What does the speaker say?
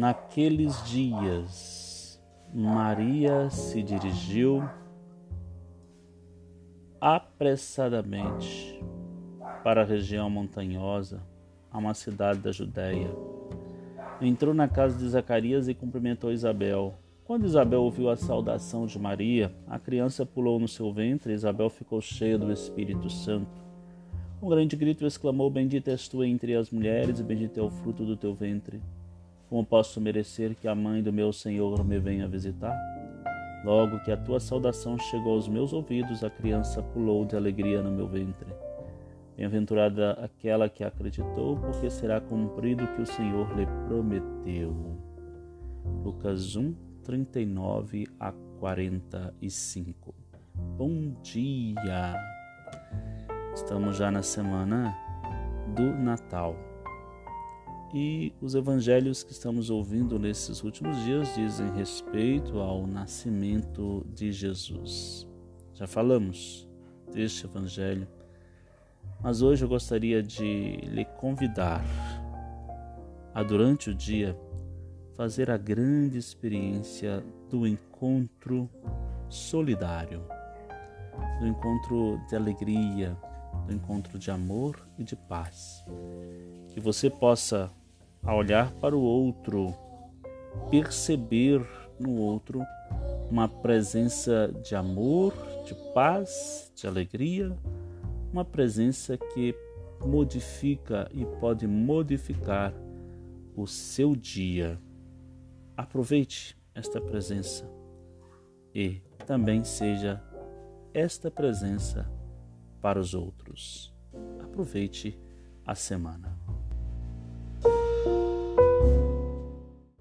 Naqueles dias, Maria se dirigiu apressadamente para a região montanhosa, a uma cidade da Judéia. Entrou na casa de Zacarias e cumprimentou Isabel. Quando Isabel ouviu a saudação de Maria, a criança pulou no seu ventre e Isabel ficou cheia do Espírito Santo. Um grande grito exclamou: Bendita és tu entre as mulheres e bendito é o fruto do teu ventre. Como posso merecer que a mãe do meu Senhor me venha visitar? Logo que a tua saudação chegou aos meus ouvidos, a criança pulou de alegria no meu ventre. Bem-aventurada aquela que acreditou, porque será cumprido o que o Senhor lhe prometeu. Lucas 1, 39 a 45. Bom dia! Estamos já na semana do Natal. E os evangelhos que estamos ouvindo nesses últimos dias dizem respeito ao nascimento de Jesus. Já falamos deste evangelho, mas hoje eu gostaria de lhe convidar a, durante o dia, fazer a grande experiência do encontro solidário, do encontro de alegria, do encontro de amor e de paz. Que você possa, ao olhar para o outro, perceber no outro uma presença de amor, de paz, de alegria, uma presença que modifica e pode modificar o seu dia. Aproveite esta presença e também seja esta presença para os outros. Aproveite a semana.